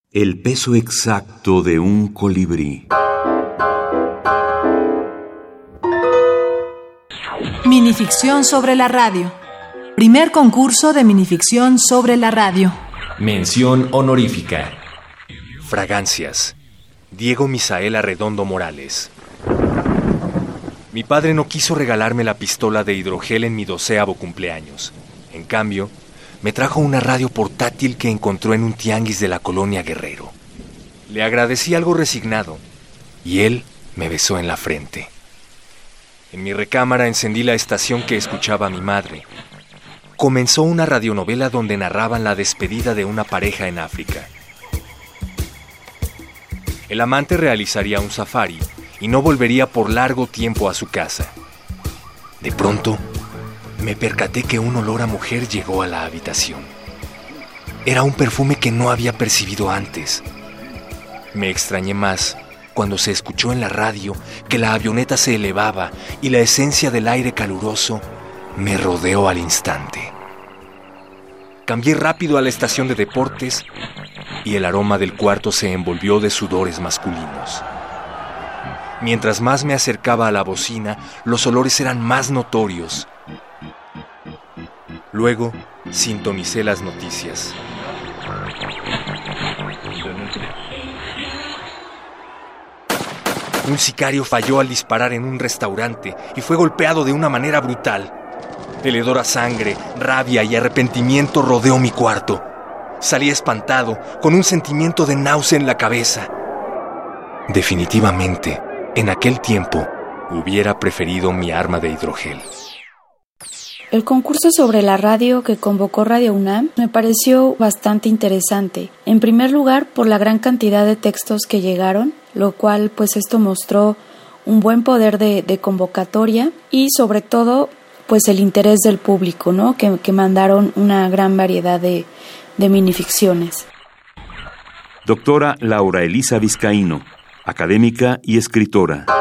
El peso exacto de un colibrí. Minificción sobre la radio. Primer concurso de minificción sobre la radio. Mención honorífica. Fragancias. Diego Misael Arredondo Morales. Mi padre no quiso regalarme la pistola de hidrogel en mi 12º cumpleaños. En cambio, me trajo una radio portátil que encontró en un tianguis de la colonia Guerrero. Le agradecí algo resignado y él me besó en la frente. En mi recámara encendí la estación que escuchaba mi madre. Comenzó una radionovela donde narraban la despedida de una pareja en África. El amante realizaría un safari y no volvería por largo tiempo a su casa. De pronto, me percaté que un olor a mujer llegó a la habitación. Era un perfume que no había percibido antes. Me extrañé más cuando se escuchó en la radio que la avioneta se elevaba y la esencia del aire caluroso me rodeó al instante. Cambié rápido a la estación de deportes y el aroma del cuarto se envolvió de sudores masculinos. Mientras más me acercaba a la bocina, los olores eran más notorios. Luego, sintonicé las noticias. Un sicario falló al disparar en un restaurante y fue golpeado de una manera brutal. El hedor a sangre, rabia y arrepentimiento rodeó mi cuarto. Salí espantado, con un sentimiento de náusea en la cabeza. Definitivamente, en aquel tiempo, hubiera preferido mi arma de hidrogel. El concurso sobre la radio que convocó Radio UNAM me pareció bastante interesante. En primer lugar, por la gran cantidad de textos que llegaron, lo cual pues esto mostró un buen poder de convocatoria y sobre todo pues el interés del público, ¿no? Que mandaron una gran variedad de minificciones. Doctora Laura Elisa Vizcaíno, académica y escritora.